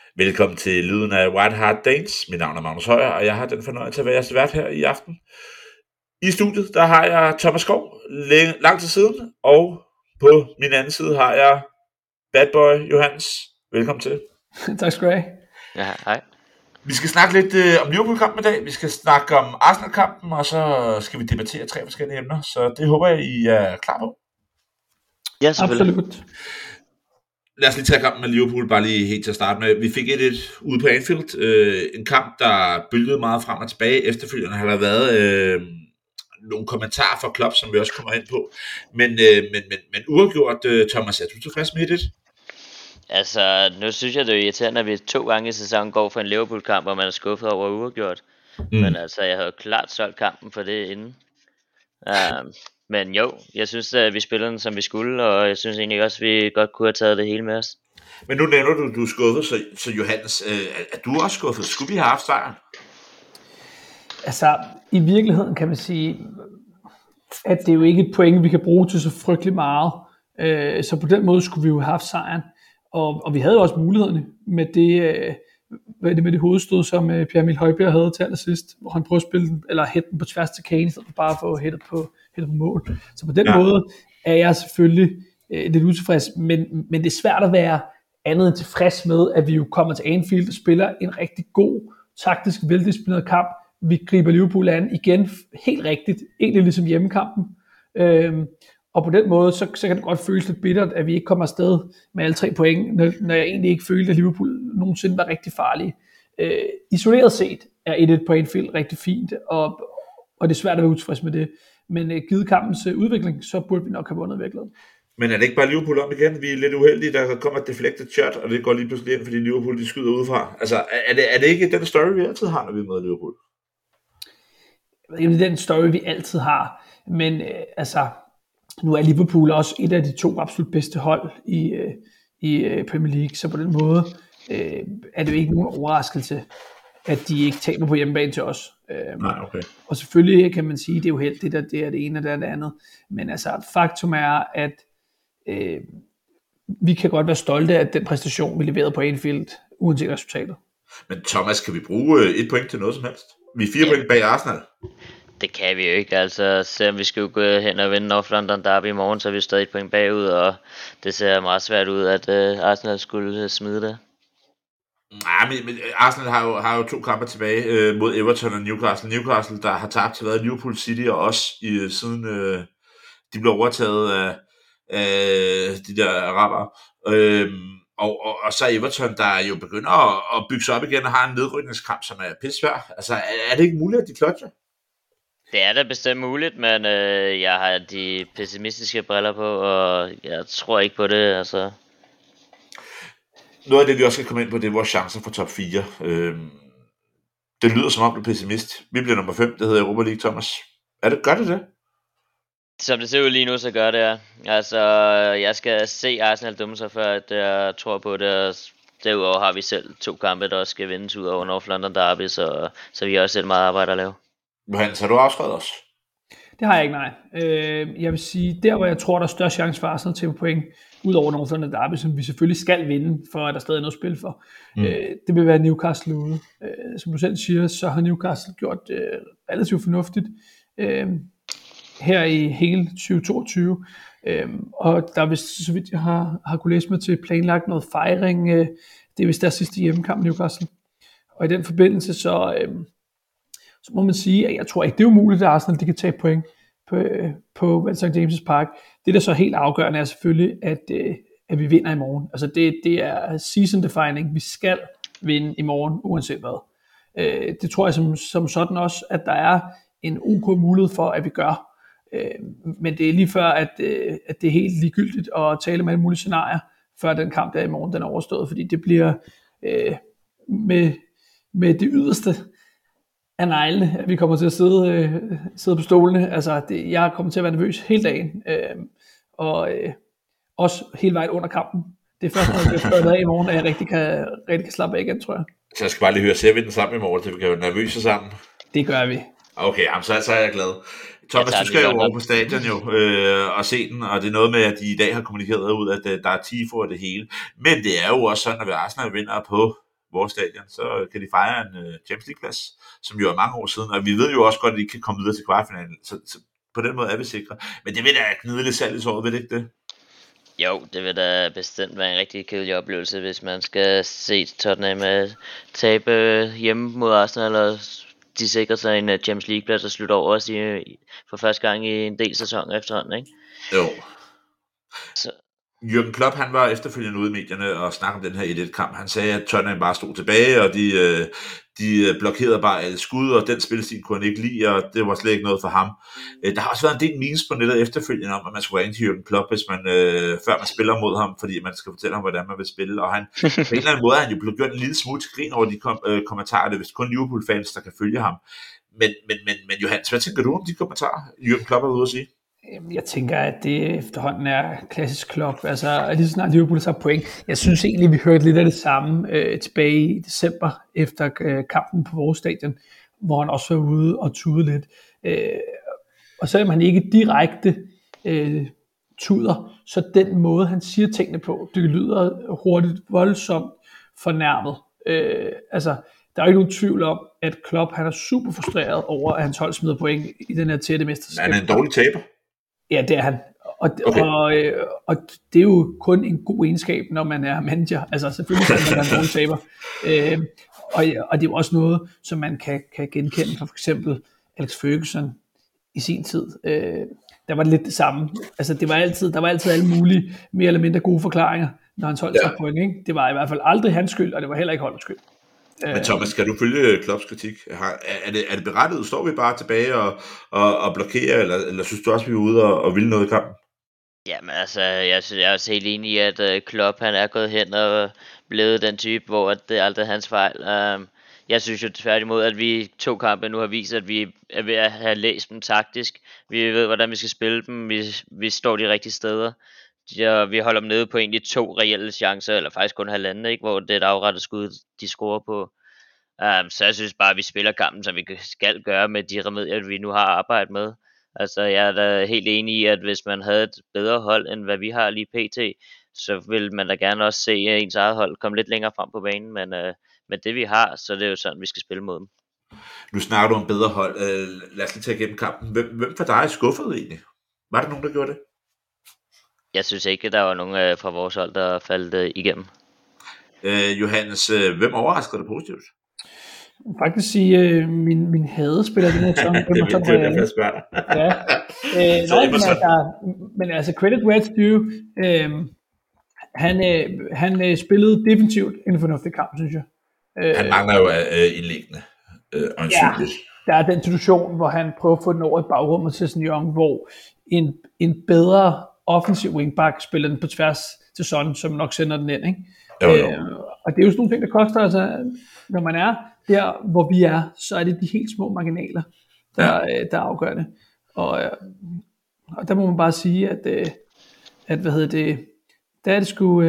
Velkommen til Lyden af White Hart Danes. Mit navn er Magnus Højer, og jeg har den fornøjelse at være jeres vært her i aften. I studiet, der har jeg Thomas Skov, lang tid siden, og på min anden side har jeg Bad Boy Johannes. Velkommen til. Tak skal du have. Ja, hej. Vi skal snakke lidt om Liverpool-kampen i dag. Vi skal snakke om Arsenal-kampen, og så skal vi debattere 3 forskellige emner. Så det håber jeg, I er klar på. Ja, selvfølgelig. Absolut. Lad os lige tage kampen med Liverpool, bare lige helt til at starte med. Vi fik 1-1 ude på Anfield. En kamp, der bølgede meget frem og tilbage. Efterfølgende har der været nogle kommentarer fra Klopp, som vi også kommer ind på. Men uafgjort, Thomas, er du tilfreds med 1-1? Altså, nu synes jeg, det er irriterende, at vi 2 gange i sæsonen går for en Liverpool-kamp, hvor man er skuffet over uafgjort. Men altså, jeg havde klart solgt kampen for det inden. Men jo, jeg synes, at vi spillede den, som vi skulle, og jeg synes egentlig også, at vi godt kunne have taget det hele med os. Men nu nævner du er skuffet, så Johannes, er du også skuffet? Skulle vi have haft sejren? Altså, i virkeligheden kan man sige, at det er jo ikke et point, vi kan bruge til så frygtelig meget. Så på den måde skulle vi jo have haft sejren. Og vi havde jo også mulighederne med det hovedstød, som Pierre-Emil Højbjerg havde til allersidst, hvor han prøvede at spille den, eller hætte den på tværs til Kane, så bare få hættet på mål. Så på den måde er jeg selvfølgelig lidt utilfreds, men det er svært at være andet end tilfreds med, at vi jo kommer til Anfield og spiller en rigtig god, taktisk veldisciplineret kamp. Vi griber Liverpool an igen helt rigtigt, egentlig ligesom hjemmekampen. Og på den måde, så kan det godt føles lidt bittert, at vi ikke kommer afsted med alle 3 point, når jeg egentlig ikke følte, at Liverpool nogensinde var rigtig farlige. Isoleret set er 1-1 på Anfield rigtig fint, og det er svært at være utilfreds med det. Men givet kampens udvikling, så burde vi nok have vundet virkeligheden. Men er det ikke bare Liverpool om igen? Vi er lidt uheldige, der kommer et deflected shot, og det går lige pludselig ind, fordi Liverpool de skyder udefra. Altså, er det ikke den story, vi altid har, når vi møder Liverpool? Det er den story, vi altid har. Men nu er Liverpool også et af de 2 absolut bedste hold i Premier League, så på den måde er det jo ikke nogen overraskelse, at de ikke taber på hjemmebane til os. Nej, okay. Og selvfølgelig kan man sige, at det er uheldigt, at det er det ene og det andet. Men altså, faktum er, at vi kan godt være stolte af den præstation, vi leverede på Anfield, uanset resultatet. Men Thomas, kan vi bruge 1 point til noget som helst? Vi er 4 point bag Arsenal. Det kan vi jo ikke, altså selvom vi skal jo gå hen og vinde North London Derby i morgen, så er vi stadig 1 point bagud, og det ser meget svært ud, at Arsenal skulle smide det. Nej, men Arsenal har jo 2 kampe tilbage mod Everton og Newcastle. Newcastle, der har tabt til Liverpool City og os siden de blev overtaget af de der araber. Og så Everton, der jo begynder at bygge sig op igen og har en nedrykningskamp, som er pissvær. Altså, er det ikke muligt, at de klotcher? Det er da bestemt muligt, men jeg har de pessimistiske briller på, og jeg tror ikke på det, altså. Noget af det, vi også skal komme ind på, det er vores chancer for top 4. Det lyder som om, du er pessimist. Vi bliver nummer 5, det hedder Europa League, Thomas. Gør det det? Som det ser ud lige nu, så gør det, ja. Altså, jeg skal se Arsenal dumme sig, før at jeg tror på det, og derudover har vi selv 2 kampe, der også skal vindes ud over North London Derby, så vi har også selv meget arbejde at lave. Johannes, har du afskrevet os? Det har jeg ikke, nej. Jeg vil sige, der hvor jeg tror, der er større chance for Arsenal til point, ud over North London Derby, som vi selvfølgelig skal vinde, for at der stadig er noget spil for, det vil være Newcastle ude. Som du selv siger, så har Newcastle gjort relativt fornuftigt her i hele 2022. Og der er vist, så vidt jeg har kunne læse mig til, planlagt noget fejring. Det er vist deres sidste hjemmekamp Newcastle. Og i den forbindelse, så må man sige, at jeg tror ikke, det er umuligt, at Arsenal de kan tage point på St. James' Park. Det, der så er helt afgørende, er selvfølgelig, at vi vinder i morgen. Altså det er season defining. Vi skal vinde i morgen, uanset hvad. Det tror jeg som sådan også, at der er en OK mulighed for, at vi gør. Men det er lige før, at det er helt ligegyldigt at tale om alle mulige scenarier, før den kamp der i morgen, den er overstået. Fordi det bliver med det yderste af neglene, at vi kommer til at sidde på stolene. Altså, jeg kommer til at være nervøs hele dagen, og også hele vejen under kampen. Det er først, når jeg bliver ført af i morgen, at jeg rigtig kan slappe af igen, tror jeg. Så jeg skal bare lige høre, ser vi den sammen i morgen, så vi kan jo nervøse sammen? Det gør vi. Okay, så er jeg glad. Thomas, du skal jo over på stadion og se den, og det er noget med, at de i dag har kommunikeret ud, at der er tifo og det hele. Men det er jo også sådan, at Arsenal vinder på vores stadion, så kan de fejre en Champions League-plads, som jo er mange år siden, og vi ved jo også godt, at de kan komme videre til kvartfinalen, så på den måde er vi sikre. Men det vil da knide lidt salg i såret, ved det ikke det? Jo, det vil da bestemt være en rigtig kedelig oplevelse, hvis man skal se Tottenham tabe hjemme mod Arsenal, eller de sikrer sig en Champions League-plads og slutter over os for første gang i en del sæson efterhånden, ikke? Jo. Så. Jürgen Klopp, han var efterfølgende ude i medierne og snakkede om den her 1-1-kamp. Han sagde, at Tottenham bare stod tilbage, og de blokerede bare alle skud, og den spillestil kunne han ikke lide, og det var slet ikke noget for ham. Der har også været en del memes på nettet efterfølgende om, at man skulle ringe til Jürgen Klopp, hvis man, før man spiller mod ham, fordi man skal fortælle ham, hvordan man vil spille. Og han, på en eller anden måde er han jo blevet gjort en lille smule til grin over de kommentarer, det er vist kun Liverpool-fans, der kan følge ham. Men Johannes, hvad tænker du om de kommentarer, Jürgen Klopp er ude at sige? Jeg tænker, at det efterhånden er klassisk Klopp. Altså, lige så snart Liverpool tager point. Jeg synes egentlig, vi hørte lidt af det samme tilbage i december, efter kampen på vores stadion, hvor han også var ude og tude lidt. Og selvom han ikke direkte tuder, så den måde, han siger tingene på, det lyder hurtigt voldsomt fornærmet. Altså, der er jo ikke nogen tvivl om, at Klopp, han er super frustreret over, at hans hold smider point i den her tætte mesterskab. Han er en dårlig taber. Ja, det er han. Og det er jo kun en god egenskab, når man er manager. Altså selvfølgelig skal man være en dårlig taber. Og det er jo også noget, som man kan genkende fra for eksempel Alex Ferguson i sin tid. Der var det lidt det samme. Altså der var altid alle mulige mere eller mindre gode forklaringer, når han holdt sig point. Ikke? Det var i hvert fald aldrig hans skyld, og det var heller ikke holdets skyld. Men Thomas, skal du følge Klopps kritik? Er det berettiget? Står vi bare tilbage og blokerer, eller synes du også, vi er ude og ville noget i kampen? Jamen altså, jeg er også helt enig i, at Klopp, han er gået hen og blevet den type, hvor det er aldrig hans fejl. Jeg synes jo tværtimod, at vi i 2 kampe nu har vist, at vi er ved at have læst dem taktisk. Vi ved, hvordan vi skal spille dem. Vi står de rigtige steder. Vi holder dem nede på egentlig 2 reelle chancer, eller faktisk kun 1,5, ikke? Hvor det er et afrettet skud, de scorer på. Så jeg synes bare, at vi spiller kampen, som vi skal gøre med de remedier, vi nu har arbejdet med. Altså, jeg er da helt enig i, at hvis man havde et bedre hold, end hvad vi har lige pt., så vil man da gerne også se ens eget hold komme lidt længere frem på banen, men med det vi har, så det er jo sådan, vi skal spille mod dem. Nu snakker du om bedre hold. Lad os lige tage igennem kampen. Hvem for dig er skuffet egentlig? Var der nogen, der gjorde det? Jeg synes ikke, der var nogen fra vores hold, der faldt igennem. Johannes, hvem overrasker dig positivt? Faktisk sige, min hadespiller, den her Tom Emerson Royale. Men altså, credit where it's due. Han spillede defensivt en fornuftig kamp, synes jeg. Han mangler jo indlæggende. Ja, der er den situation, hvor han prøver at få den over i bagrummet til Young, hvor en bedre offensiv wingback spiller den på tværs til Son, som nok sender den ind, ikke? Jo. Og det er jo sådan nogle ting, der koster, altså, når man er der, hvor vi er, så er det de helt små marginaler, der afgør det. Og der må man bare sige, at hvad hedder det, der er det sgu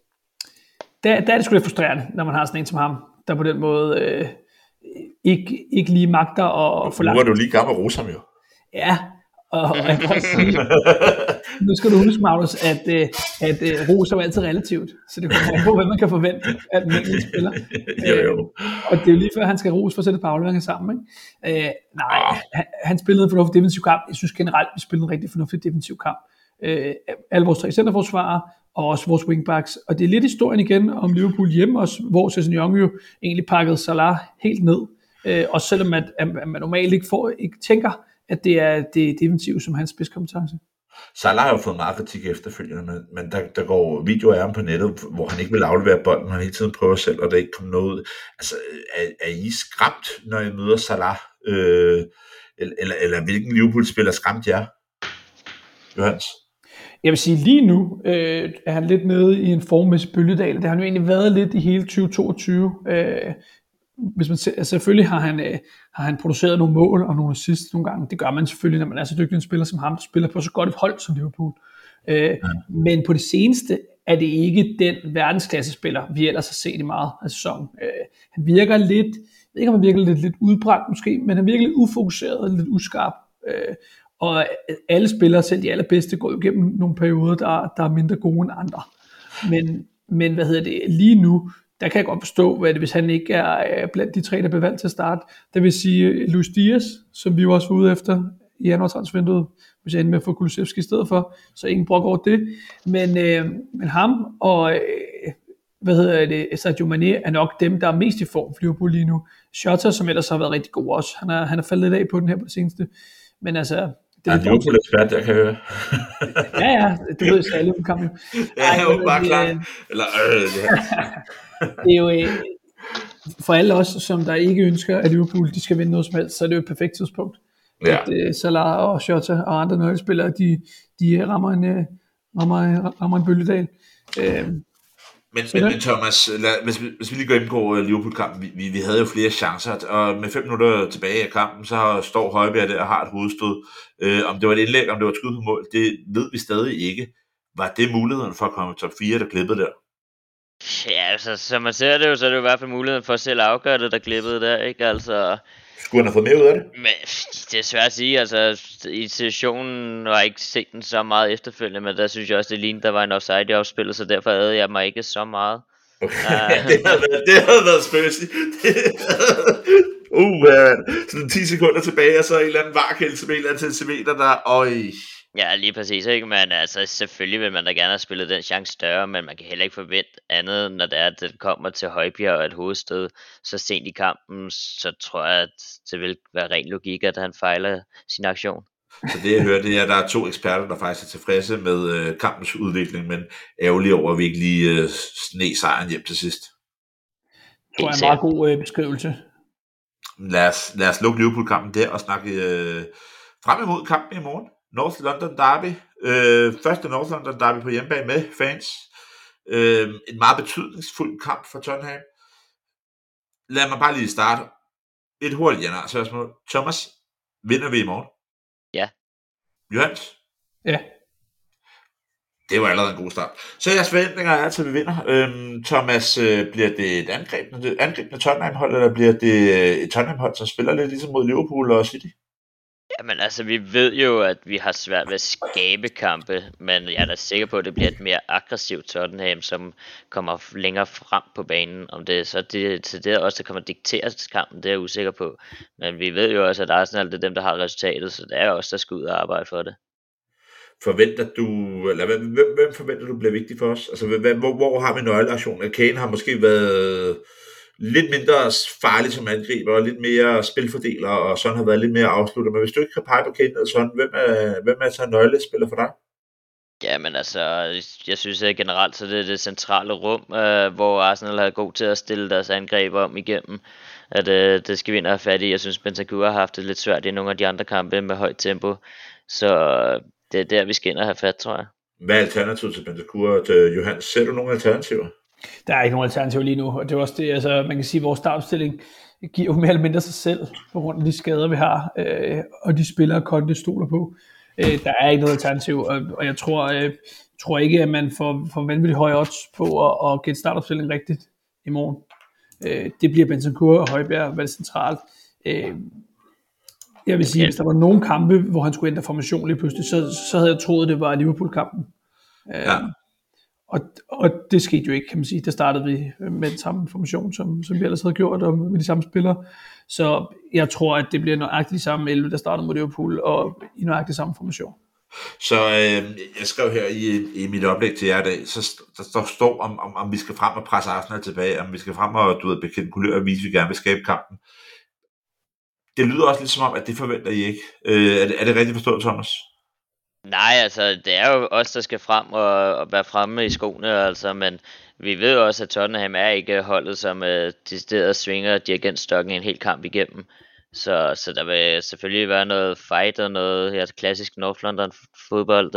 lidt frustrerende, når man har sådan en som ham, der på den måde ikke lige magter at få langt. Nu var du lige gammel rose ham jo. Ja, og jeg kan også sige, nu skal du huske, Magnus, at ros er jo altid relativt, så det kommer på, hvad man kan forvente, at den enkelte spiller. Jo. Og det er jo lige før, han skal ros for at sætte et par afleveringer sammen. Ikke? Han spillede en fornuftig defensiv kamp. Jeg synes generelt, vi spillede en rigtig fornuftig defensiv kamp. Alle vores 3 centerforsvarere, og også vores wingbacks. Og det er lidt historien igen om Liverpool hjemme også, hvor Sessegnon jo egentlig pakkede Salah helt ned. Og selvom at man normalt ikke tænker, at det er det defensive som hans spidskompetence. Salah har jo fået meget kritik efterfølgende, men der går videoer af ham på nettet, hvor han ikke vil aflevere bolden, han hele tiden prøver selv, og der ikke kommer noget ud. Altså, er I skræmt, når I møder Salah? Eller hvilken Liverpool-spiller skræmt jer? Johannes? Jeg vil sige, lige nu er han lidt nede i en formmæssig bølgedal. Det har han jo egentlig været lidt i hele 2022. Hvis man selvfølgelig har han produceret nogle mål og nogle assists nogle gange. Det gør man selvfølgelig, når man er så dygtig en spiller som ham, der spiller på så godt et hold som Liverpool. Men på det seneste er det ikke den verdensklassespiller, vi ellers har set i meget af sæsonen. Han virker lidt, jeg ved ikke om han virker lidt udbrændt måske, men han virker lidt ufokuseret, lidt uskarp. Og alle spillere, selv de allerbedste, går jo igennem nogle perioder, der er mindre gode end andre. Men hvad hedder det, lige nu, der kan jeg godt forstå, at hvis han ikke er blandt de 3, der bliver valgt til at starte, det vil sige Luis Diaz, som vi jo også var ude efter i januartransfervinduet, hvis jeg endte med at få Kulusevski i stedet for, så ingen brok over det. Men ham og Sadio Mane er nok dem, der er mest i form for Liverpool lige nu. Jota, som ellers har været rigtig god også, han er faldet lidt af på den her på det seneste. Men altså, det er Liverpool-ekspert, jeg kan høre. ja, du ved særligt, du kan jo. Ja, jeg er bare klar. Eller, det er jo for alle os, som der ikke ønsker, at Liverpool de skal vinde noget som helst, så er det jo et perfekt tidspunkt. Ja. At Salah og Jota og andre nøglespillere, de rammer en bølgedal. Men Thomas, hvis vi lige går ind på Liverpool-kampen, vi havde jo flere chancer, og med 5 minutter tilbage af kampen, så står Højbjerg der og har et hovedstød. Om det var et indlæg, om det var et skud på mål, det ved vi stadig ikke. Var det muligheden for at komme i top 4, der glippede der? Ja, altså, som man ser det jo, så er det jo i hvert fald muligheden for at selv afgøre det, der glippede der, ikke? Altså, skulle han have fået mere ud af det? Men det er svært at sige, altså i situationen har jeg ikke set den så meget efterfølgende, men der synes jeg også, det lignede, der var en offside i opspillet, så derfor havde jeg mig ikke så meget. Okay. Det havde været spøsigt. Sådan 10 sekunder tilbage, og så en eller anden varkældelse med en eller anden centimeter, der Ja, lige præcis, ikke? Men altså, selvfølgelig vil man da gerne have spillet den chance større, men man kan heller ikke forvente andet, når det er, at det kommer til Højbjerg og et hovedstød så sent i kampen, så tror jeg, at det vil være ren logik, at han fejler sin aktion. Så det jeg hører, det er, at der er 2 eksperter, der faktisk er tilfredse med kampens udvikling, men ærgerlige over, at vi ikke lige sne sejren hjem til sidst. Det var en meget god beskrivelse. Lad os lukke Liverpool-kampen der og snakke frem imod kampen i morgen. North London Derby. Første North London Derby på hjemmebane med fans. En meget betydningsfuld kamp for Tottenham. Lad mig bare lige starte. Et hurtigt spørgsmål. Thomas, vinder vi i morgen? Ja. Johans? Ja. Det var allerede en god start. Så jeres forventninger er, at vi vinder. Thomas, bliver det et angribende Tottenham-hold, eller bliver det et Tottenham-hold, som spiller lidt ligesom mod Liverpool og City? Jamen altså, vi ved jo, at vi har svært ved at skabe kampe, men jeg er da sikker på, at det bliver et mere aggressivt Tottenham, som kommer længere frem på banen. Om det er så det også, der kommer diktere kampen, det er jeg usikker på. Men vi ved jo også, at Arsenal det er dem, der har resultatet, så det er også der skal ud og arbejde for det. Forventer du, eller hvem forventer du bliver vigtig for os? Altså, hvor har vi nøgleaktionen? Kane har måske været lidt mindre farlig som angriber, og lidt mere spilfordeler, og sådan har været lidt mere afslutter. Men hvis du ikke kan pege på Kane eller sådan, hvem er så nøglespiller for dig? Ja, men altså, jeg synes at generelt, så det er det centrale rum, hvor Arsenal er god til at stille deres angreb om igennem, at det skal vi ind og have fat i. Jeg synes, Bentancur har haft det lidt svært i nogle af de andre kampe med højt tempo, så det er der, vi skal ind og have fat, tror jeg. Hvad er alternativet til Bentancur og til Johannes? Ser du nogle alternativer? Der er ikke nogen alternativer lige nu, og det er også det, altså man kan sige, at vores startopstilling giver jo mere eller mindre sig selv, på grund af de skader, vi har, og de spillere, Conte stoler på. Der er ikke noget alternativ, og jeg tror ikke, at man får vanvittigt høje odds på at gætte startopstilling rigtigt i morgen. Det bliver Bentancur og Højbjerg, hvad det centralt. Jeg vil sige, hvis der var nogen kampe, hvor han skulle ændre formation lige pludselig, så havde jeg troet, det var Liverpool-kampen. Ja. Og det skete jo ikke, kan man sige. Der startede vi med den samme formation, som vi ellers havde gjort, og med de samme spillere. Så jeg tror, at det bliver nøjagtigt de samme 11, der startede mod Liverpool, og i nøjagtigt samme formation. Så jeg skrev her i mit oplæg til jer i dag, så der står om vi skal frem og presse Arsenal tilbage, om vi skal frem og bekende kulør og vise, at vi gerne vil skabe kampen. Det lyder også lidt som om, at det forventer I ikke. Er det rigtigt forstået, Thomas? Nej, altså det er jo os, der skal frem og være fremme i skoene, altså, men vi ved jo også, at Tottenham er ikke holdet, som decideret svinger dirigentstokken en hel kamp igennem. Så der vil selvfølgelig være noget fight og noget klassisk North London fodbold.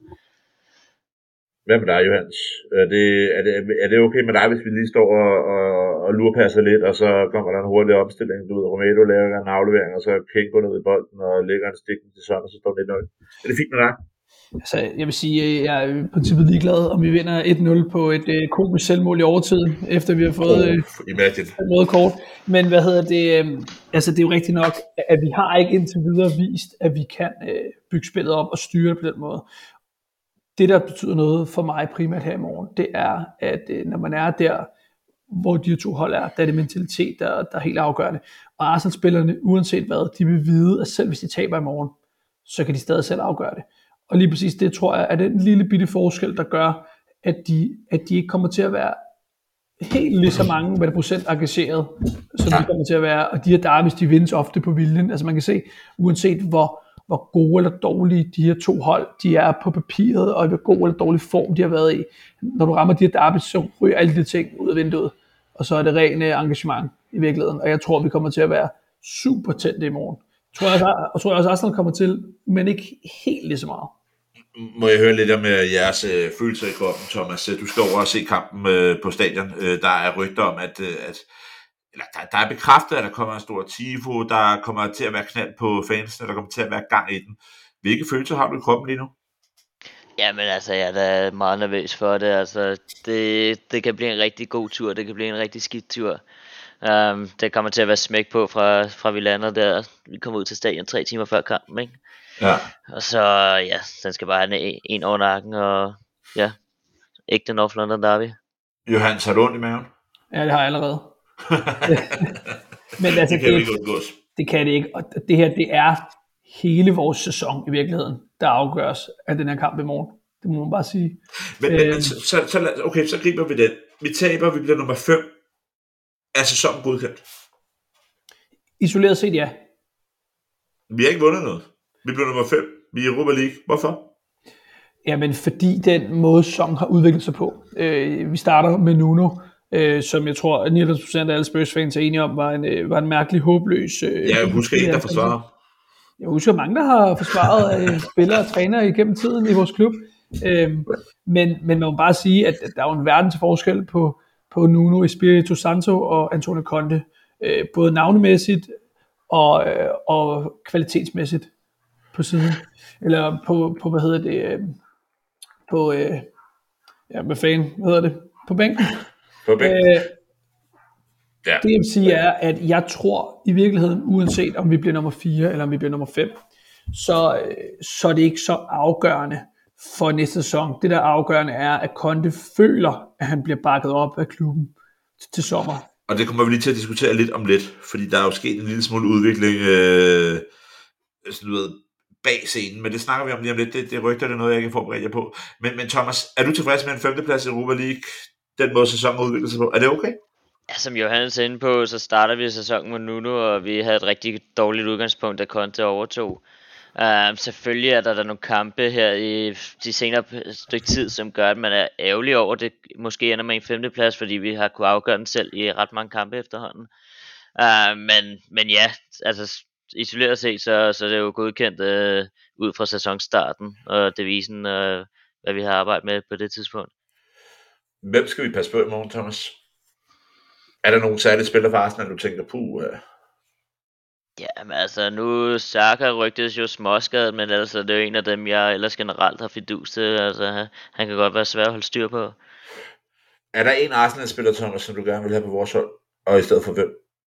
Hvad med dig, Johans? Er det okay med dig, hvis vi lige står og lurpasser lidt, og så kommer der en hurtig omstilling? Du ved, Romero laver en aflevering, og så Kane går ned i bolden og lægger en stik til sådan, og så står det 1-0. Er det fint med dig? Altså, jeg vil sige, at jeg er i princippet ligeglad, om vi vinder 1-0 på et komisk selvmål i overtiden, efter vi har fået et røde kort. Men altså det er jo rigtigt nok, at vi har ikke indtil videre vist, at vi kan bygge spillet op og styre det på den måde. Det, der betyder noget for mig primært her i morgen, det er, at når man er der, hvor de to hold er. Der er det mentalitet, der er helt afgørende. Og Arsenal-spillerne, uanset hvad, de vil vide, at selv hvis de taber i morgen, så kan de stadig selv afgøre det. Og lige præcis det, tror jeg, er den lille bitte forskel, der gør, at de ikke kommer til at være helt lige så mange med det procent engageret, som de kommer til at være. Og de her derbys, de vindes ofte på viljen. Altså man kan se, uanset hvor gode eller dårlige de her to hold, de er på papiret, og hvor god eller dårlig form de har været i. Når du rammer de her derbys, så ryger alle de ting ud af vinduet. Og så er det rent engagement i virkeligheden. Og jeg tror, vi kommer til at være super tændte i morgen. Tror jeg også, Arsenal kommer til, men ikke helt lige så meget. Må jeg høre lidt om jeres følelser i kroppen, Thomas? Du skal over og se kampen på stadion. Der er rygter om, at der er bekræftet, at der kommer en stor tifo, der kommer til at være knald på fansene, der kommer til at være gang i den. Hvilke følelser har du i kroppen lige nu? Jamen altså, jeg er da meget nervøs for det. Altså, det kan blive en rigtig god tur, det kan blive en rigtig skidt tur. Det kommer til at være smæk på fra vi lander der. Vi kommer ud til stadion 3 timer før kampen, ikke? Ja. Og så, ja, den skal bare have en over nakken, og ja, ikke den North London Derby. Johannes, har du ondt i maven? Ja, det har jeg allerede. Men altså, det kan ikke undgås. Det kan det ikke, og det her, det er hele vores sæson i virkeligheden, der afgøres af den her kamp i morgen. Det må man bare sige. Men så griber vi den. Vi taber, vi bliver nummer 5. Er sæsonen godkendt? Isoleret set, ja. Vi har ikke vundet noget. Vi bliver nummer 5. Vi er i Europa League. Hvorfor? Jamen, fordi den måde, sæsonen har udviklet sig på. Vi starter med Nuno, som jeg tror, 99% af alle Spurs-fans er enige om, var en mærkelig, håbløs... Jeg husker en, der forsvarer. Jeg husker mange, der har forsvaret spillere og trænere igennem tiden i vores klub. Men man må bare sige, at der er jo en verden til forskel på Nuno Espirito Santo og Antonio Conte. Både navnemæssigt og kvalitetsmæssigt på siden. Eller på hvad hedder det... På bænken. På bænken. Ja. Det jeg vil sige er, at jeg tror i virkeligheden, uanset om vi bliver nummer 4 eller om vi bliver nummer 5, så er det ikke så afgørende for næste sæson. Det der afgørende er, at Conte føler, at han bliver bakket op af klubben til sommer. Og det kommer vi lige til at diskutere lidt om lidt, fordi der er jo sket en lille smule udvikling bag scenen, men det snakker vi om lige om lidt. Det rygter, det er noget, jeg ikke kan forberede jer på. Men Thomas, er du tilfreds med en 5. plads i Europa League, den måde sæsonen udvikler sig på? Er det okay? Ja, som Johannes er inde på, så starter vi sæsonen med Nuno, og vi havde et rigtig dårligt udgangspunkt, da Conte overtog. Selvfølgelig er der nogle kampe her i de senere stykke tid, som gør, at man er ærgerlig over det. Måske ender med en 5. plads, fordi vi har kunnet afgøre den selv i ret mange kampe efterhånden. Men ja, altså isoleret set, så er det jo godkendt ud fra sæsonstarten og devisen, hvad vi har arbejdet med på det tidspunkt. Hvem skal vi passe på i morgen, Thomas? Er der nogen særlige spillere for Arsenal, du tænker på? Ja, men altså nu Saka rygtes jo småskadet, men altså det er jo en af dem, jeg ellers generelt har fidus til. Altså han kan godt være svær at holde styr på. Er der en Arsenal-spiller, Thomas, som du gerne vil have på vores hold? Og i stedet for hvem?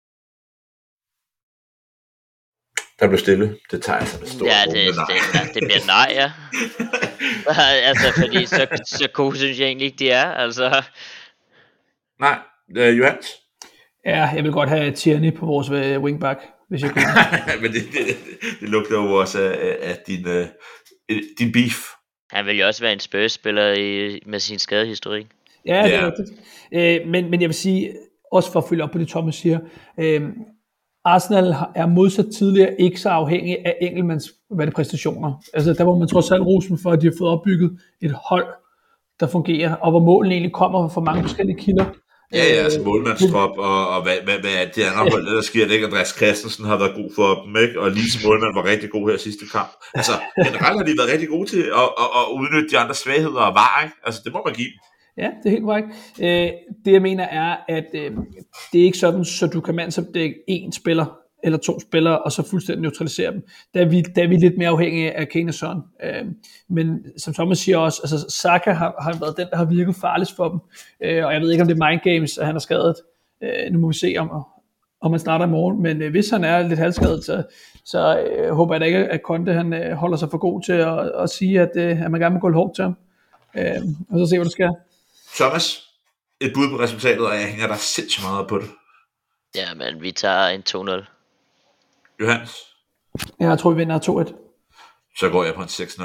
Der blev stille. Det tager jeg som et stort det bliver nej, ja. Altså fordi så gode synes jeg egentlig ikke de er. Altså. Nej, Johannes? Ja, jeg vil godt have Tierney på vores wingback, hvis jeg kunne. Men det lugter jo også af din beef. Han vil jo også være en Spurs-spiller med sin skadehistorik. Ja, det er rigtigt. Men jeg vil sige, også for at følge op på det, Thomas siger, Arsenal er modsat tidligere ikke så afhængig af enkeltmands præstationer. Altså der må man trods alt rose dem for, at de har fået opbygget et hold, der fungerer, og hvor målene egentlig kommer fra mange forskellige kilder. Ja, altså målmandstrop, og hvad er det andre hold, der sker det, ikke? Andreas Christensen har været god for dem, ikke? Og Lise målmand var rigtig god her sidste kamp. Altså, generelt har de været rigtig gode til at udnytte de andre svagheder og var, ikke? Altså, det må man give dem. Ja, det er helt korrekt. Det jeg mener er, at det er ikke sådan, så du kan mandsopdække én spiller eller 2 spillere, og så fuldstændig neutralisere dem. Der er vi lidt mere afhængige af Kane og Son. Men som Thomas siger også, altså Saka har været den, der har virket farligst for dem. Og jeg ved ikke, om det er mind games, at han er skadet. Nu må vi se, om han starter i morgen. Men hvis han er lidt halvskadet, så håber jeg da ikke, at Conte han holder sig for god til at sige, at man gerne vil gå hårdt til ham. Og så se, hvad der sker. Thomas, et bud på resultatet, og jeg hænger der sindssygt meget op på det. Ja, men vi tager en 2-0. Johannes? Jeg tror, vi vinder 2-1. Så går jeg på en 6-0.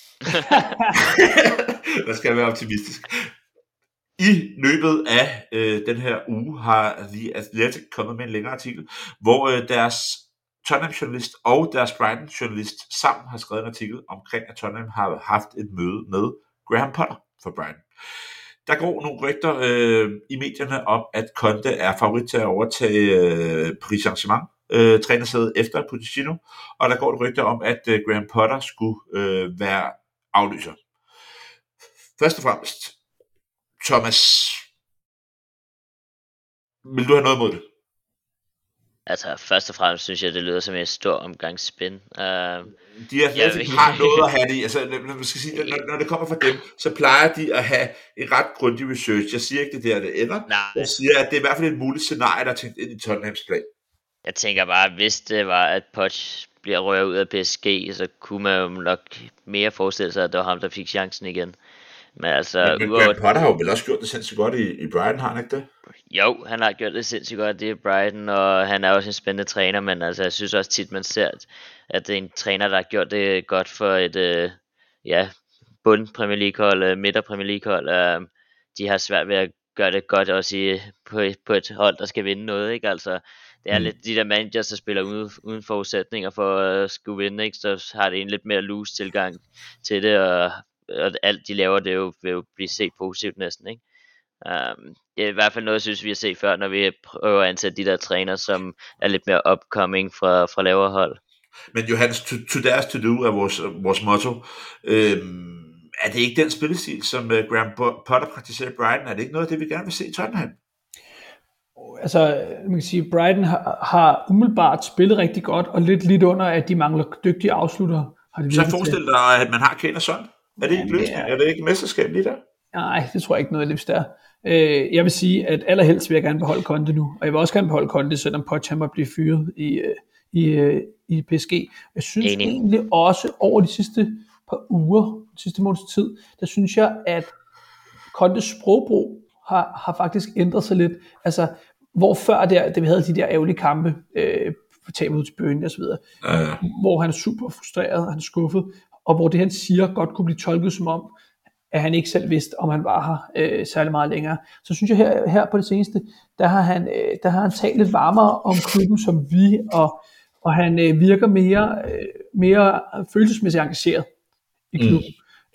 Der skal jeg være optimistisk. I løbet af den her uge har The Athletic kommet med en længere artikel, hvor deres Tottenham-journalist og deres Brighton-journalist sammen har skrevet en artikel omkring, at Tottenham har haft et møde med Graham Potter for Brighton. Der går nogle rygter i medierne om, at Conte er favorit til at overtage Paris Saint-Germain trænersædet efter Pochettino, og der går et rygter om, at Graham Potter skulle være afløser. Først og fremmest, Thomas, vil du have noget mod det? Altså, først og fremmest synes jeg, det lyder som en stor omgang spin. De har noget at have det i. Altså, man skal sige, når det kommer fra dem, så plejer de at have en ret grundig research. Jeg siger ikke, det der det ender. Nej. Jeg siger, at det er i hvert fald et muligt scenarie, der er tænkt ind i Tottenhams plan. Jeg tænker bare, hvis det var, at Poch bliver røget ud af PSG, så kunne man jo nok mere forestille sig, at det var ham, der fik chancen igen. Men altså... Men Graham Potter har jo vel også gjort det sindssygt godt i Brighton, har han ikke det? Jo, han har gjort det sindssygt godt i Brighton, og han er også en spændende træner, men altså, jeg synes også tit, man ser, at det er en træner, der har gjort det godt for et bund Premier League hold, midter Premier League hold. De har svært ved at gøre det godt også på et hold, der skal vinde noget, ikke? Altså, det er lidt de der managers, der spiller uden forudsætninger for at skulle vinde, ikke? Så har det en lidt mere loose tilgang til det, og alt de laver, det vil jo blive set positivt næsten, ikke? Det er i hvert fald noget, jeg synes, vi har set før, når vi prøver at ansætte de der træner, som er lidt mere upcoming fra lavere hold. Men Johannes, to deres to do er vores motto. Er det ikke den spillestil, som Graham Potter praktiserer i Brighton? Er det ikke noget af det, vi gerne vil se i Tottenham? Altså, man kan sige, at Brighton har umiddelbart spillet rigtig godt, og lidt under, at de mangler dygtige afslutter. Så forestil dig, at man har Kane og Son. Er det ikke løsning? Er det ikke mesterskab lige der? Nej, det tror jeg ikke noget af det der. Jeg vil sige, at allerhelst vil jeg gerne beholde Conte nu, og jeg vil også gerne beholde Conte, selvom Poch må blive fyret i PSG. Jeg synes egentlig også over de sidste par uger, sidste måneds tid, der synes jeg, at Contes sprogbrug har faktisk ændret sig lidt. Altså, hvor før da vi havde de der ærgerlige kampe, tabet ud til Bøgen og så videre, hvor han er super frustreret, han er skuffet, og hvor det han siger godt kunne blive tolket som om, at han ikke selv vidste, om han var her særlig meget længere. Så synes jeg her på det seneste, der har han talt lidt varmere om klubben som vi, og han virker mere følelsesmæssigt engageret i klubben.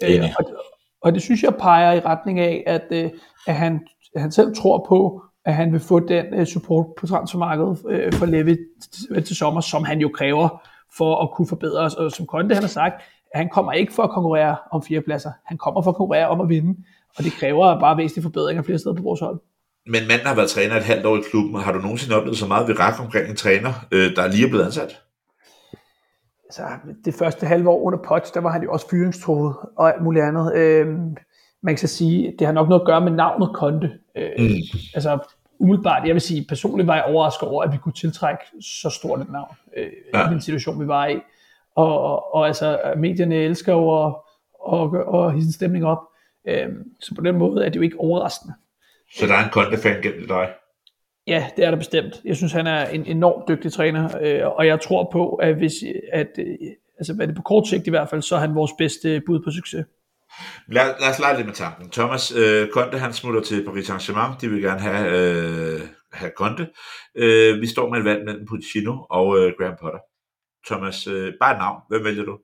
Og det synes jeg peger i retning af, at han selv tror på, at han vil få den support på transfermarkedet for Levy til sommer, som han jo kræver for at kunne forbedre os. Og som Conte han har sagt, at han kommer ikke for at konkurrere om 4 pladser. Han kommer for at konkurrere om at vinde. Og det kræver bare væsentlige forbedringer flere steder på vores hold. Men manden har været træner et halvt år i klubben, og har du nogensinde oplevet så meget virak omkring en træner, der lige er blevet ansat? Altså, det første halve år under Poch, der var han jo også fyringstruet og alt muligt andet. Man kan så sige, det har nok noget at gøre med navnet Conte. Altså, umiddelbart, jeg vil sige, personligt var jeg overrasket over, at vi kunne tiltrække så stort et navn i den situation, vi var i. Og altså, medierne elsker jo at hisse en stemning op. Så på den måde er det jo ikke overraskende. Så der er en Conte-fan gennem dig? Ja, det er der bestemt. Jeg synes, han er en enormt dygtig træner, og jeg tror på, at altså hvad det på kort sigt i hvert fald, så er han vores bedste bud på succes. Lad os lege lidt med tanken. Thomas, Conte han smutter til Paris Saint-Germain. De vil gerne have Conte. Vi står med et valg mellem Pochettino og Graham Potter. Thomas, bare et navn. Hvem vælger du?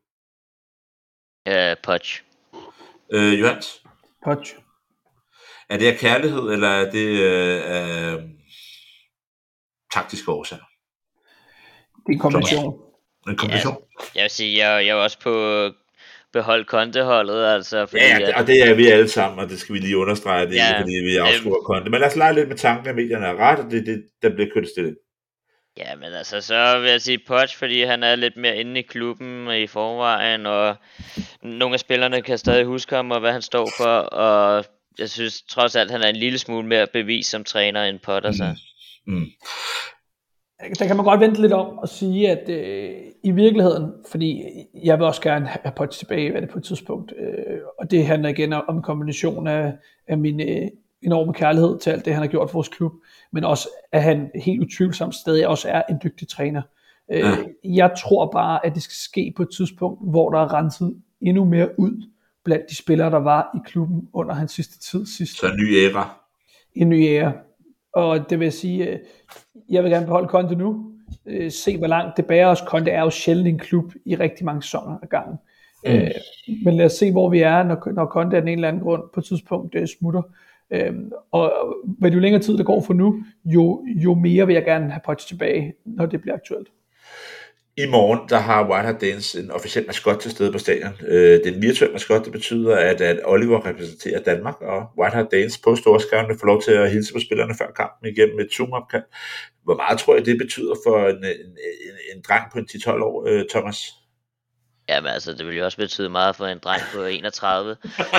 Poch. Johans? Poch. Er det af kærlighed, eller er det af taktiske årsager? Det er en kombination. En kombination? Jeg vil sige, jeg er også på beholde Conte-holdet, altså. Fordi og det er vi alle sammen, og det skal vi lige understrege, det er fordi vi afskruer Conte. Men lad os lege lidt med tanken, at medierne er ret, og det der bliver kørt stille. Ja, men altså, så vil jeg sige Poch, fordi han er lidt mere inde i klubben i forvejen, og nogle af spillerne kan stadig huske ham, og hvad han står for, og jeg synes trods alt, han er en lille smule mere bevis som træner end Potter, så. Der kan man godt vente lidt om og sige, at i virkeligheden, fordi jeg vil også gerne have Poch tilbage på et tidspunkt, og det handler igen om en kombination af min enorme kærlighed til alt det, han har gjort for vores klub, men også, at han helt utvivlsomt stadig også er en dygtig træner. Jeg tror bare, at det skal ske på et tidspunkt, hvor der er renset endnu mere ud blandt de spillere, der var i klubben under hans sidste tid. Så en ny æra. En ny æra. Og det vil sige, jeg vil gerne beholde Conte nu. Se, hvor langt det bærer os. Conte er jo sjældent en klub i rigtig mange sæsoner ad gangen. Men lad os se, hvor vi er, når Conte af den ene eller anden grund på et tidspunkt smutter. Og hvad jo længere tid der går for nu, jo mere vil jeg gerne have Poch tilbage, når det bliver aktuelt. I morgen, der har White Hart Danes en officiel maskot til stede på stadion. Den virtuelle maskot, det betyder, at Oliver repræsenterer Danmark, og White Hart Danes på storskærmen vil få lov til at hilse på spillerne før kampen igennem et Zoom-opkald. Hvor meget tror jeg, det betyder for en dreng på en 10-12 år, Thomas? Jamen altså, det vil jo også betyde meget for en dreng på 31.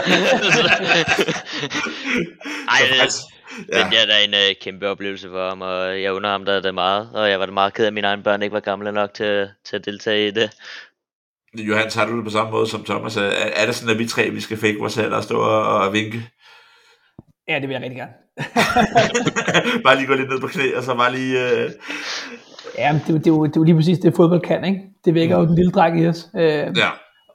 Det bliver da en kæmpe oplevelse for ham, og jeg under ham der det meget, og jeg var da meget ked af, at mine egne børn ikke var gamle nok til at deltage i det. Johannes, har du det på samme måde som Thomas? Er det sådan, at vi tre, vi skal fake vores alder og stå og vinke? Ja, det vil jeg rigtig gerne. Bare lige gå lidt ned på knæ, og så bare lige... Ja, det er jo lige præcis det, fodbold kan, ikke? Det vækker jo den lille dreng i os. Ja.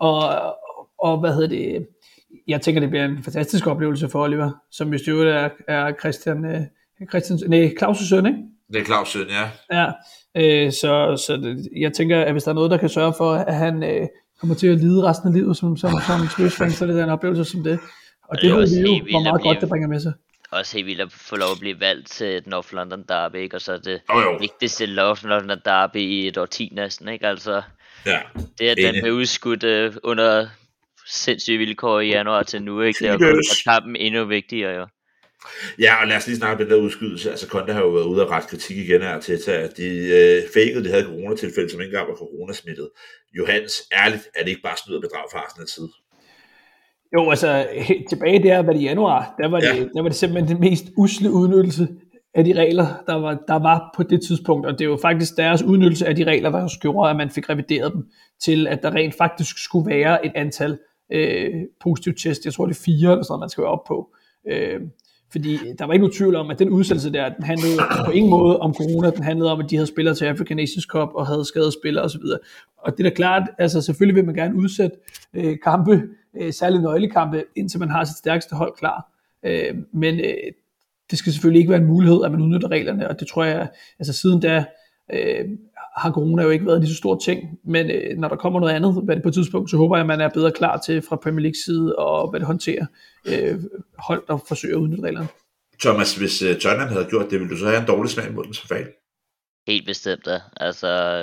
Og hvad hedder det... Jeg tænker, det bliver en fantastisk oplevelse for Oliver, som jo støvet er Claus' søn, ikke? Det er Claus' søn, ja. Ja, så jeg tænker, at hvis der er noget, der kan sørge for, at han kommer til at lide resten af livet som en Spurs-fan, så er det en oplevelse som det. Og det ved vi jo, hvor meget godt det bringer med sig. Også helt vildt at få lov at blive valgt til et North London derby, ikke? Og så er det vigtigste North London derby i et årti næsten, ikke? Altså, ja, det at den blev udskudt under sindssyge vilkår i januar til nu, ikke? Det er jo kampen endnu vigtigere, jo. Ja, og lad os lige snakke om den der udskydelse. Altså, Conte har jo været ude og ret kritik igen her til, at de fakede, de havde coronatilfælde, som ikke engang var coronasmittet. Johannes, ærligt, er det ikke bare snyd og bedrag fra Arsenal tid? Jo, altså, tilbage der var det i januar, der var det simpelthen den mest usle udnyttelse af de regler, der var på det tidspunkt, og det er jo faktisk deres udnyttelse af de regler, der gjorde, at man fik revideret dem til, at der rent faktisk skulle være et antal positive test. Jeg tror, det er 4 eller sådan, man skal være op på. Fordi der var ikke nogen tvivl om, at den udsættelse der, den handlede på ingen måde om corona, den handlede om, at de havde spillere til African Nations Cup og havde skadet spillere osv. Og det er da klart, altså selvfølgelig vil man gerne udsætte kampe, særligt nøglekampe, indtil man har sit stærkeste hold klar. Men det skal selvfølgelig ikke være en mulighed, at man udnytter reglerne, og det tror jeg, altså siden da har corona jo ikke været lige så stor ting, men når der kommer noget andet på et tidspunkt, så håber jeg, at man er bedre klar til fra Premier League side og hvad det håndterer hold, der forsøger at udnytte reglerne. Thomas, hvis Tottenham havde gjort det, ville du så have en dårlig smag mod den som fan? Helt bestemt da. Altså,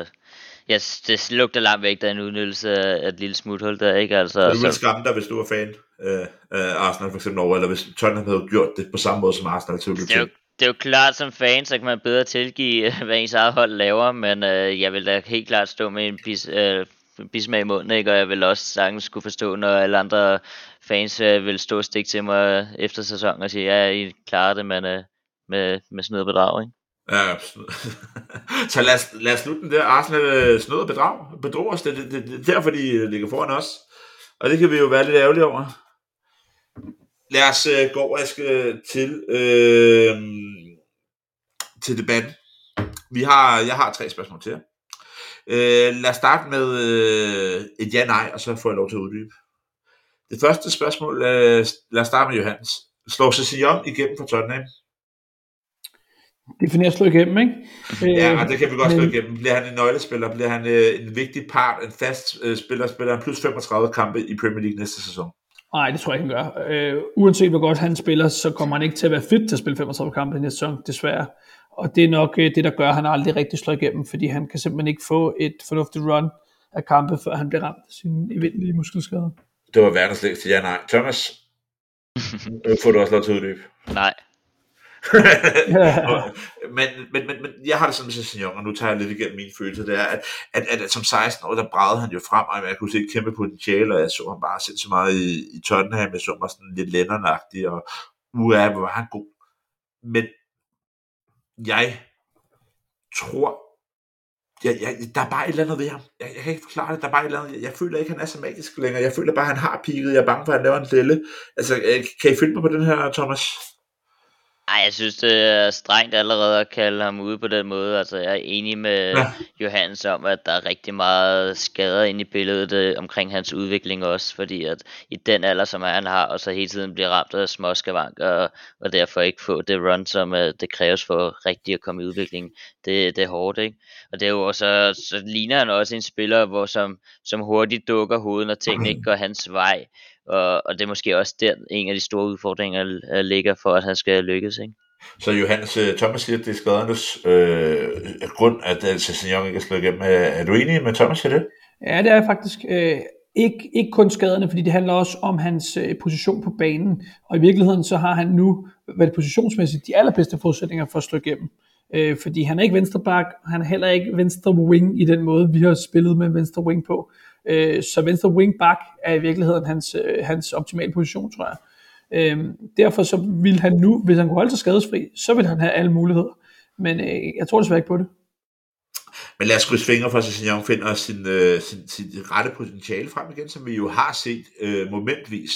det lugter langt væk, der er en udnyttelse af et lille smuthul der, ikke? Altså, du ville skamme dig, hvis du var fan af Arsenal for eksempel over, eller hvis Tottenham havde gjort det på samme måde som Arsenal til det er jo klart, som fan, så kan man bedre tilgive, hvad ens eget hold laver, men jeg vil da helt klart stå med en bismag i munden, ikke? Og jeg vil også sagtens skulle forstå, når alle andre fans vil stå og stikke til mig efter sæsonen og sige, ja, I klarer det, men med snyd og bedrag, ikke? Ja, så lad os slutte den der Arsenal snyd og bedrog os, det er derfor de ligger foran os, og det kan vi jo være lidt ærgerlige over. Lad os gå over til debatten. Jeg har 3 spørgsmål til jer. Lad os starte med et ja-nej, og så får jeg lov til at uddybe. Det første spørgsmål, lad os starte med Johannes. Slår Sessegnon igennem for Tottenham? Definerer slå igennem, ikke? Ja, det kan vi godt slå igennem. Bliver han en nøglespiller? Bliver han en vigtig part, en fast spiller? Spiller han plus 35 kampe i Premier League næste sæson? Nej, det tror jeg ikke, han gør. Uanset hvor godt han spiller, så kommer han ikke til at være fit til at spille 35 kampe i næste sæson, desværre. Og det er nok det, der gør, at han aldrig rigtig slår igennem, fordi han kan simpelthen ikke få et fornuftigt run af kampe, før han bliver ramt af sin evindelige muskelskade. Det var verdens længste ja-nej. Thomas, får du også lov til at uddybe? Nej. men jeg har det sådan med Sessegnon, og nu tager jeg lidt igennem mine følelser, det er, at som 16 år, der bragede han jo frem, og jeg kunne se et kæmpe potentiale, og jeg så ham bare sindssygt meget i Tottenham, jeg så mig sådan lidt Lennon-agtig, og hvor var han god. Men jeg tror, der er bare et eller andet ved ham. Jeg kan ikke forklare det, der er bare et eller andet, jeg føler ikke, han er så magisk længere, jeg føler bare, han har peaket, jeg er bange for, at han laver en delle. Altså, kan I følge mig på den her, Thomas? Ej, jeg synes, det er strengt allerede at kalde ham ude på den måde. Altså, jeg er enig med Johannes om, at der er rigtig meget skader inde i billedet omkring hans udvikling også. Fordi at i den alder, som han har, og så hele tiden bliver ramt af småskavanker, og derfor ikke få det run, som det kræves for rigtig at komme i udvikling. Det er hårdt, ikke? Og det er jo også, så ligner han også en spiller, hvor som hurtigt dukker hovedet, når tingene ikke går hans vej. Og det er måske også der en af de store udfordringer ligger for, at han skal lykkes, ikke? Så Johannes, Thomas siger, at det er skadernes grund, at Sessignon ikke er slået igennem. Er du enig med Thomas i det? Ja, det er faktisk ikke kun skaderne, fordi det handler også om hans position på banen. Og i virkeligheden så har han nu været positionsmæssigt de allerbedste forudsætninger for at slå igennem. Fordi han er ikke venstre back, han er heller ikke venstre wing i den måde, vi har spillet med venstre wing på. Så venstre wing back er i virkeligheden hans optimale position, tror jeg. Derfor så vil han nu, hvis han kunne holde sig skadesfri, så vil han have alle muligheder. Men jeg tror desværre ikke på det. Men lad os krydse fingre for, at Sessignon finder sin rette potentiale frem igen, som vi jo har set momentvis.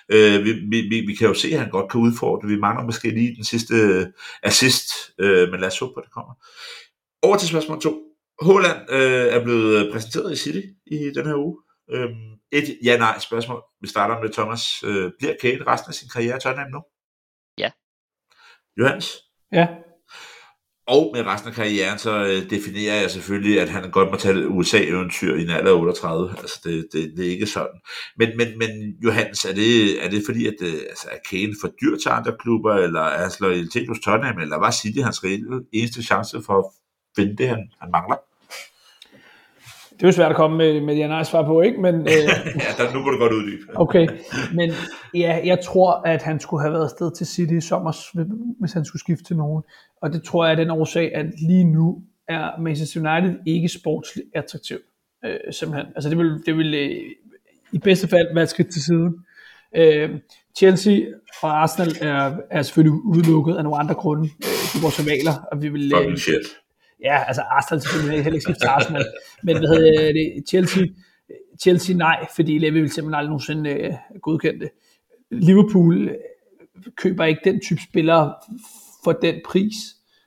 Vi kan jo se, at han godt kan udfordre. Vi mangler måske lige den sidste assist, men lad os håbe på, at det kommer. Over til spørgsmål 2. Haaland er blevet præsenteret i City i den her uge. Et ja-nej spørgsmål. Vi starter med Thomas. Bliver Kane resten af sin karriere i Tottenham nu? Ja. Johannes? Ja. Og med resten af karrieren, så definerer jeg selvfølgelig, at han godt må tage et USA-eventyr i en alder af 38. Altså, det er ikke sådan. Men Johannes, er det fordi, at er Kane for dyr til andre klubber, eller er hans loyalitet hos Tottenham, eller var City hans eneste chance for at finde det, han mangler? Det er jo svært at komme med ja-nej svar på, ikke? Men, nu må du godt uddybe. Okay, men ja, jeg tror, at han skulle have været afsted til City i sommer, hvis han skulle skifte til nogen. Og det tror jeg er den årsag, at lige nu er Manchester United ikke sportsligt attraktiv. Simpelthen. Altså det vil i bedste fald være et skridt til siden. Chelsea og Arsenal er selvfølgelig udelukket af nogle andre grunde. De vores rivaler, og vi vil... Fucking shit. Ja, altså Arsenal selvfølgelig heller ikke skifte til Arsenal, men Chelsea nej, fordi Levy vil simpelthen aldrig nogensinde godkende det. Liverpool køber ikke den type spillere for den pris,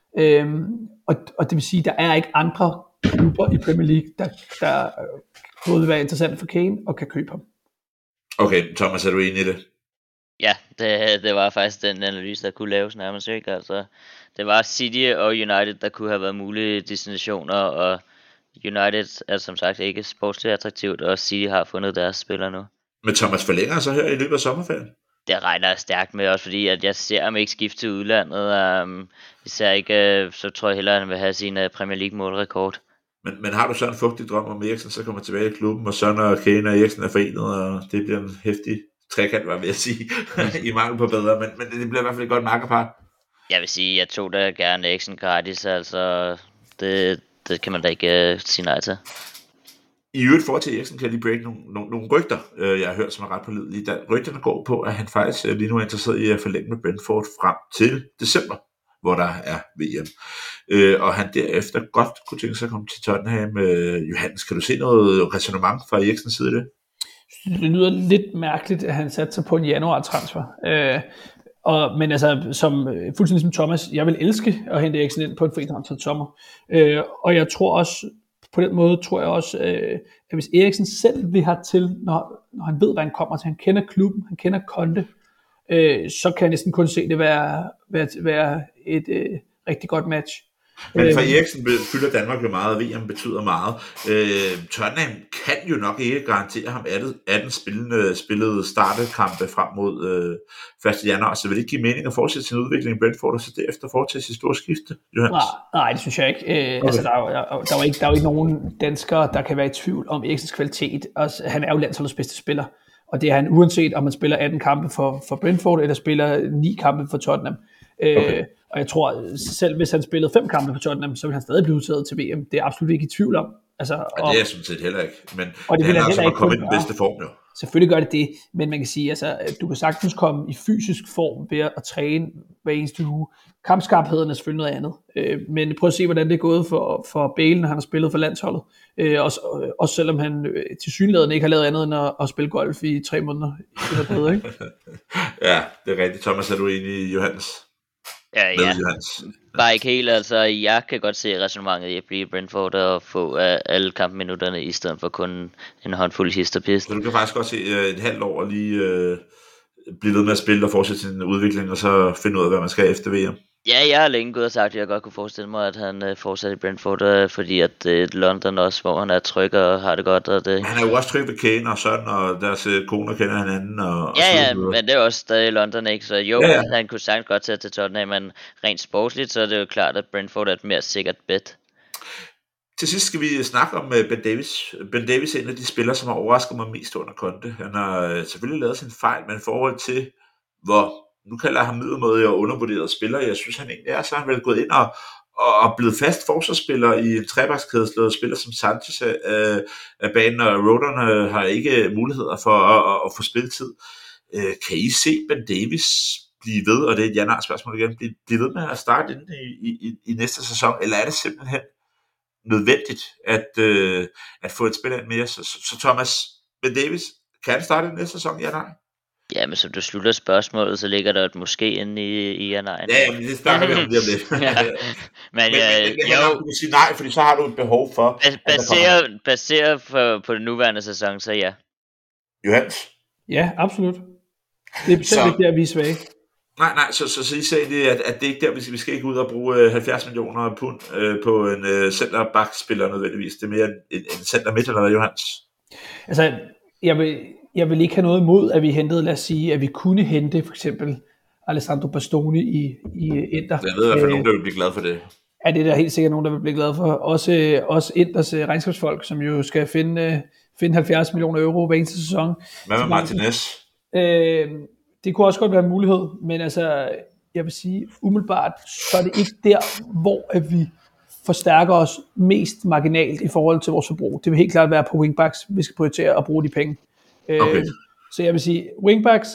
og det vil sige, at der er ikke andre klubber i Premier League, der både vil være interessant for Kane og kan købe ham. Okay, Thomas, er du enig i det? Ja, det var faktisk den analyse, der kunne laves nærmest, ikke? Altså, det var City og United, der kunne have været mulige destinationer, og United er som sagt ikke sportsligt attraktivt, og City har fundet deres spillere nu. Men Thomas forlænger så her i løbet af sommerferien? Det regner jeg stærkt med, også fordi at jeg ser ham ikke skifte til udlandet. Især ikke, så tror jeg hellere, at han vil have sin Premier League målrekord. Men har du så en fugtig drøm om Eriksen, så kommer tilbage i klubben, og så når Kane og Eriksen er forenet, og det bliver en heftig trekant, var ved at sige, i mangel på bedre, men det bliver i hvert fald et godt makkerpar. Jeg vil sige, jeg tog da gerne Eriksen gratis, altså det kan man da ikke sige nej til. I øvrigt for til Eriksen kan jeg lige break nogle rygter, jeg har hørt, som er ret pålidelige. Rygterne går på, at han faktisk lige nu er interesseret i at forlænge med Brentford frem til december, hvor der er VM. Og han derefter godt kunne tænke sig at komme til Tottenham. Johannes, kan du se noget ræsonnement fra Eriksens side i det? Det lyder lidt mærkeligt, at han satte sig på en januar-transfer. Men altså, fuldstændig som Thomas, jeg vil elske at hente Eriksen ind på en fri transfer til sommer. Og jeg tror også, på den måde tror jeg også, at hvis Eriksen selv vil have til, når han ved, hvad han kommer til, han kender klubben, han kender Conte, så kan jeg næsten kun se det være et rigtig godt match. Men for Eriksen fylder Danmark jo meget, og VM betyder meget. Tottenham kan jo nok ikke garantere ham 18 spillede startekampe frem mod 1. januar, så vil det ikke give mening at fortsætte sin udvikling i Brentford, og så derefter foretage sit store skifte, Johannes? Nej, det synes jeg ikke. Okay. Altså, der er jo ikke nogen danskere, der kan være i tvivl om Eriksens kvalitet. Altså, han er jo landsholdets bedste spiller, og det er han uanset om man spiller 18 kampe for Brentford, eller spiller 9 kampe for Tottenham. Okay. Og jeg tror, selv hvis han spillede 5 kampe for Tottenham, så vil han stadig blive udtaget til VM. Det er absolut ikke i tvivl om. Altså, og det er jeg sådan set heller ikke. Men det handler altså om at komme i den bedste form, jo. Selvfølgelig gør det, men man kan sige, altså, du kan sagtens komme i fysisk form ved at træne hver eneste uge. Kampskarpheden er selvfølgelig noget andet. Men prøv at se, hvordan det er gået for Bale, når han har spillet for landsholdet. Også selvom han tilsyneladende ikke har lavet andet end at spille golf i 3 måneder. Det er bedre, ikke? Ja, det er rigtigt. Thomas, er du enig i Johannes? Ja. Johans. Bare ikke helt, altså jeg kan godt se resonemanget i at blive Brentford og få alle kampminutterne i stedet for kun en håndfuld hist og pist. Så du kan faktisk godt se et halvt år lige blive ved med at spille og fortsætte sin udvikling, og så finde ud af, hvad man skal efter VM. Ja, jeg har længe gået og sagt, at jeg godt kunne forestille mig, at han fortsætter i Brentford, fordi at London også, hvor han er tryg og har det godt. Og det... Han er jo også tryg ved Kane og sådan, og deres koner kender hinanden. Ja, men det er også stadig London, ikke? Så jo, ja. Han kunne sagtens godt tage til Tottenham, men rent sportsligt, så er det jo klart, at Brentford er et mere sikkert bet. Til sidst skal vi snakke om Ben Davies. Ben Davies er en af de spillere, som har overrasket mig mest under Conte. Han har selvfølgelig lavet sin fejl, men i forhold til, hvor nu kalder jeg ham middelmådig og undervurderet spiller, jeg synes han egentlig er, så har han vel gået ind og blevet fast forsvarsspiller i en trebakskæde, slået spiller som Sanchez af banen, og Rodon har ikke muligheder for at få spilletid. Kan I se Ben Davies blive ved, og det er et ja-nej spørgsmål igen, blive ved med at starte inden i næste sæson, eller er det simpelthen nødvendigt at få et spiller ind mere? Så Thomas, Ben Davies, kan han starte i næste sæson, ja-nej? Ja, men som du slutter spørgsmålet, så ligger der et måske inde i ja-nej. Ja, men det snakker vi om lige om lidt. Men du kan sige nej, fordi så har du et behov for... Baseret på den nuværende sæson, så ja. Johans? Ja, absolut. Det er bestemt ikke der, vi er svage. Nej, så I sagde det, at det er ikke der, vi skal ikke ud og bruge 70 millioner pund på en centerback-spiller nødvendigvis. Det er mere en center midt, eller hvad, Johans? Altså, jeg vil ikke have noget imod, at vi hentede, lad os sige, at vi kunne hente for eksempel Alessandro Bastoni i Inter. Jeg ved i hvert fald nogen, der vil blive glad for det. Ja, det er der helt sikkert nogen, der vil blive glad for. Også Inters regnskabsfolk, som jo skal finde 70 millioner euro hver eneste sæson. Hvad med Martinez? Det kunne også godt være en mulighed, men altså, jeg vil sige, umiddelbart, så er det ikke der, hvor at vi forstærker os mest marginalt i forhold til vores forbrug. Det vil helt klart være på wingbacks, vi skal prioritere at bruge de penge. Okay. Så jeg vil sige, wingbacks,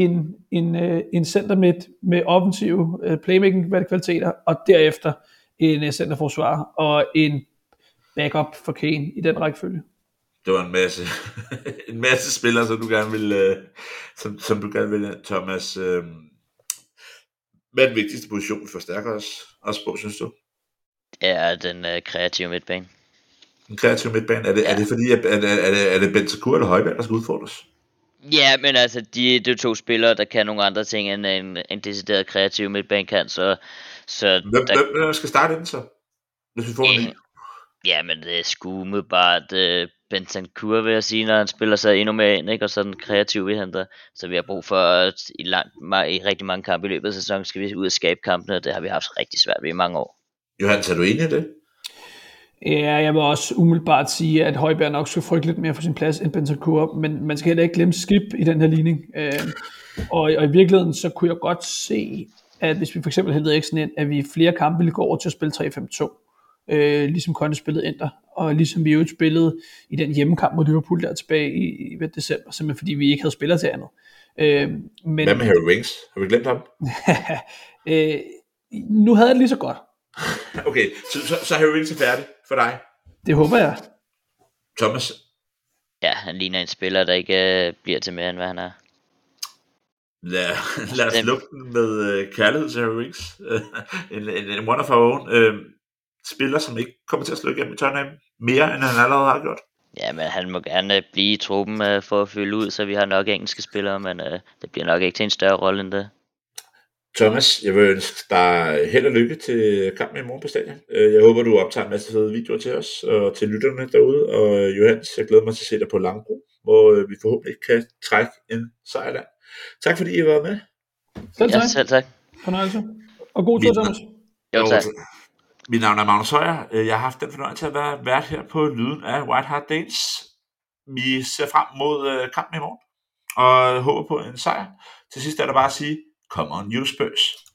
en center med offensive playmaking kvaliteter, og derefter en centerforsvar og en backup for Kane i den rækkefølge. Det var en masse spillere, som du gerne vil, som du gerne vil, Thomas. Hvad er den vigtigste position, vi forstærker os på, synes du? Ja, den kreative midtbane. Den kreative midtbane? Er det fordi, er det Bentancur eller Højbjerg, der skal udfordres? Ja, men altså, de er 2 spillere, der kan nogle andre ting, end en decideret kreativ midtbane kan, så Hvem skal starte inden så? Hvis vi får en Ja, men det er sgu umiddelbart Bentancur, vil jeg sige, når han spiller sig endnu mere ind, ikke? Og sådan kreativ vi henter. Så vi har brug for, at i rigtig mange kampe i løbet af sæsonen, skal vi ud og skabe kampene, og det har vi haft rigtig svært ved i mange år. Johans, er du enig i det? Ja, jeg vil også umiddelbart sige, at Højbjerg nok skal frygte lidt mere for sin plads end Bentancur, men man skal heller ikke glemme Skip i den her ligning. Og i virkeligheden, så kunne jeg godt se, at hvis vi for eksempel hentede Eriksen ind, at vi i flere kampe ville gå over til at spille 3-5-2. Ligesom Conte spillede Inter, og ligesom vi jo spillede i den hjemmekamp mod Liverpool der tilbage i december, simpelthen fordi vi ikke havde spillere til andet. Men hvad med Harry Winks? Har vi glemt ham? Nu havde jeg det lige så godt. Okay, så Harry Winks er færdig for dig? Det håber jeg. Thomas? Ja, han ligner en spiller, der ikke bliver til mere, end hvad han er. Lad os lukke den med kærlighed til Harry Winks. En one of our own. Spiller, som ikke kommer til at slå igennem i Tottenham mere, end han allerede har gjort. Ja, men han må gerne blive i truppen for at fylde ud, så vi har nok engelske spillere, men det bliver nok ikke til en større rolle end det. Thomas, jeg vil ønske dig held og lykke til kampen i morgen på stadion. Jeg håber, du optager en masse fede videoer til os og til lytterne derude. Og Johans, jeg glæder mig til at se dig på Langebro, hvor vi forhåbentlig kan trække en sejrland. Tak fordi I var med. Selv tak. Fornøjelse. Og god tur, Thomas. Jo, tak. Mit navn er Magnus Højer. Jeg har haft den fornøjelse at være vært her på Lyden af White Hart Danes. Vi ser frem mod kampen i morgen og håber på en sejr. Til sidst er der bare at sige, come on you Spurs.